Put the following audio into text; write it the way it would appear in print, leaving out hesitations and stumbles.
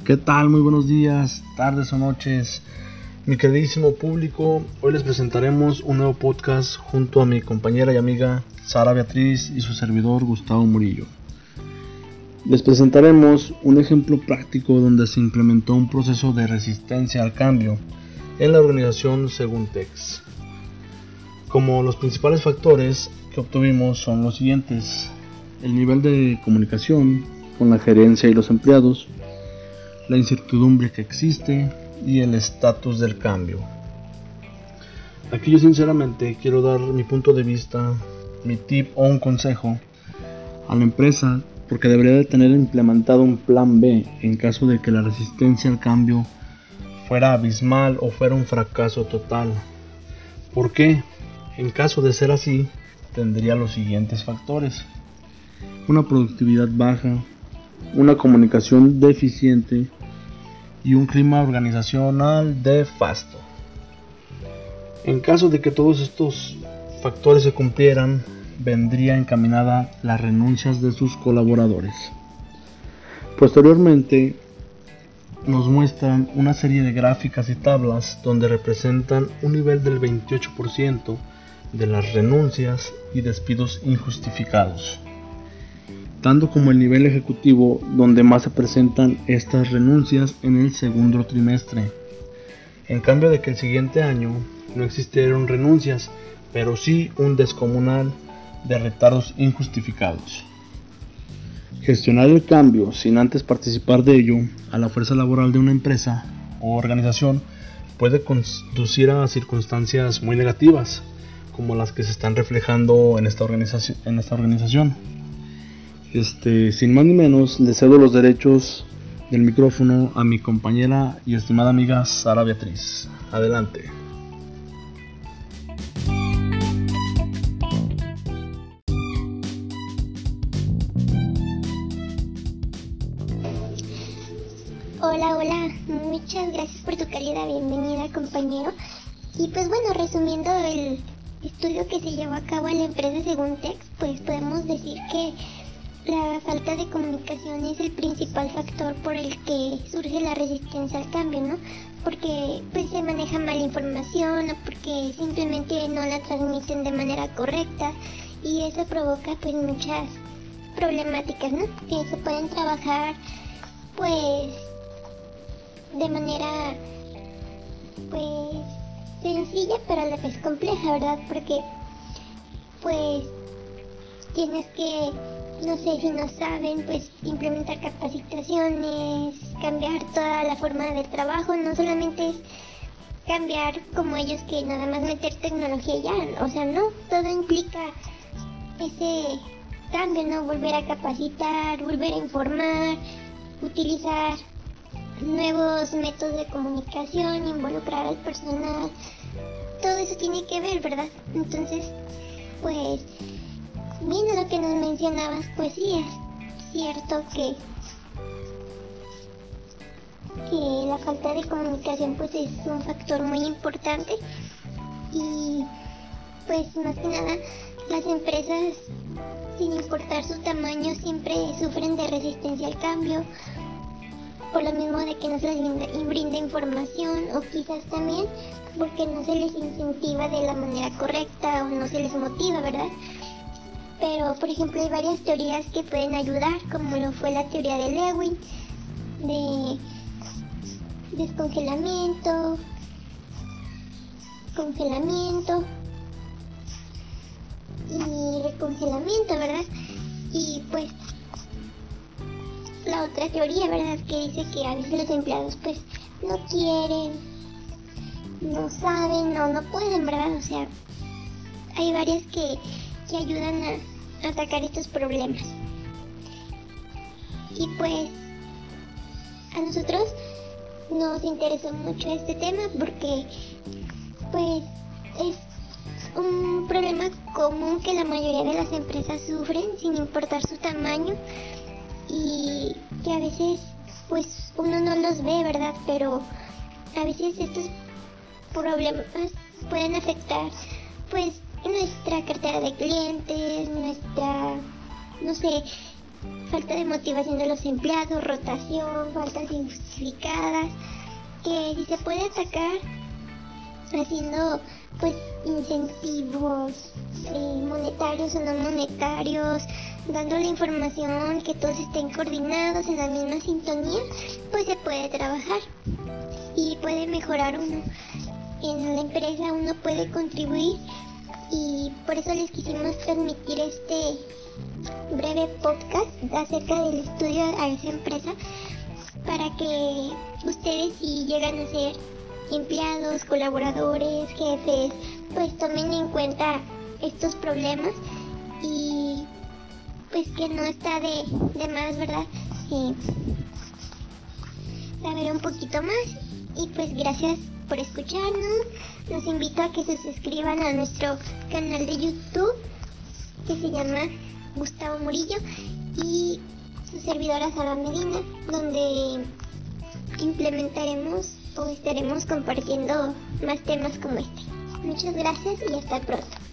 ¿Qué tal? Muy buenos días, tardes o noches, mi queridísimo público. Hoy les presentaremos un nuevo podcast junto a mi compañera y amiga Sara Beatriz y su servidor Gustavo Murillo. Les presentaremos un ejemplo práctico donde se implementó un proceso de resistencia al cambio en la organización según TEX. Como los principales factores que obtuvimos son los siguientes: el nivel de comunicación con la gerencia y los empleados, la incertidumbre que existe y el estatus del cambio. Aquí yo sinceramente quiero dar mi punto de vista, mi tip o un consejo a la empresa, porque debería de tener implementado un plan B en caso de que la resistencia al cambio fuera abismal o fuera un fracaso total. ¿Por qué? En caso de ser así, tendría los siguientes factores: una productividad baja, una comunicación deficiente y un clima organizacional nefasto. En caso de que todos estos factores se cumplieran, vendría encaminada las renuncias de sus colaboradores. Posteriormente, nos muestran una serie de gráficas y tablas donde representan un nivel del 28% de las renuncias y despidos injustificados, tanto como el nivel ejecutivo, donde más se presentan estas renuncias en el segundo trimestre. En cambio de que el siguiente año no existieron renuncias, pero sí un descomunal de retardos injustificados. Gestionar el cambio sin antes participar de ello a la fuerza laboral de una empresa o organización puede conducir a circunstancias muy negativas, como las que se están reflejando en esta organización. Sin más ni menos, le cedo los derechos del micrófono a mi compañera y estimada amiga Sara Beatriz. Adelante. Hola, muchas gracias por tu cálida bienvenida, compañero. Y pues bueno, resumiendo el estudio que se llevó a cabo en la empresa según TEX, pues podemos decir que la falta de comunicación es el principal factor por el que surge la resistencia al cambio, ¿no? Porque pues se maneja mal la información o porque simplemente no la transmiten de manera correcta, y eso provoca pues muchas problemáticas, ¿no? Que se pueden trabajar pues de manera pues sencilla pero a la vez compleja, ¿verdad? Porque pues tienes que, no sé, si no saben, pues implementar capacitaciones, cambiar toda la forma de trabajo. No solamente es cambiar como ellos, que nada más meter tecnología y ya, o sea, no, todo implica ese cambio, ¿no? Volver a capacitar, volver a informar, utilizar nuevos métodos de comunicación, involucrar al personal, todo eso tiene que ver, ¿verdad? Entonces, pues viendo lo que nos mencionabas, pues sí es cierto que la falta de comunicación pues es un factor muy importante, y pues más que nada las empresas, sin importar su tamaño, siempre sufren de resistencia al cambio, por lo mismo de que no se les brinda información, o quizás también porque no se les incentiva de la manera correcta o no se les motiva, ¿verdad? Pero, por ejemplo, hay varias teorías que pueden ayudar, como lo fue la teoría de Lewin, de descongelamiento, congelamiento y recongelamiento, ¿verdad? Y pues la otra teoría, ¿verdad?, que dice que a veces los empleados pues no quieren, no saben o no pueden, ¿verdad? O sea, hay varias que ayudan a atacar estos problemas. Y pues a nosotros nos interesó mucho este tema porque pues es un problema común que la mayoría de las empresas sufren sin importar su tamaño, y que a veces pues uno no los ve, ¿verdad? Pero a veces estos problemas pueden afectar pues nuestra cartera de clientes, nuestra, no sé, falta de motivación de los empleados, rotación, faltas injustificadas, que si se puede atacar haciendo pues incentivos monetarios o no monetarios, dando la información, que todos estén coordinados en la misma sintonía, pues se puede trabajar y puede mejorar uno. En la empresa uno puede contribuir, y por eso les quisimos transmitir este breve podcast acerca del estudio a esa empresa, para que ustedes, si llegan a ser empleados, colaboradores, jefes, pues tomen en cuenta estos problemas, y pues que no está de más, ¿verdad? Saber un poquito más. Y pues gracias por escucharnos. Los invito a que se suscriban a nuestro canal de YouTube, que se llama Gustavo Murillo, y su servidora Sara Medina, donde implementaremos o estaremos compartiendo más temas como este. Muchas gracias y hasta pronto.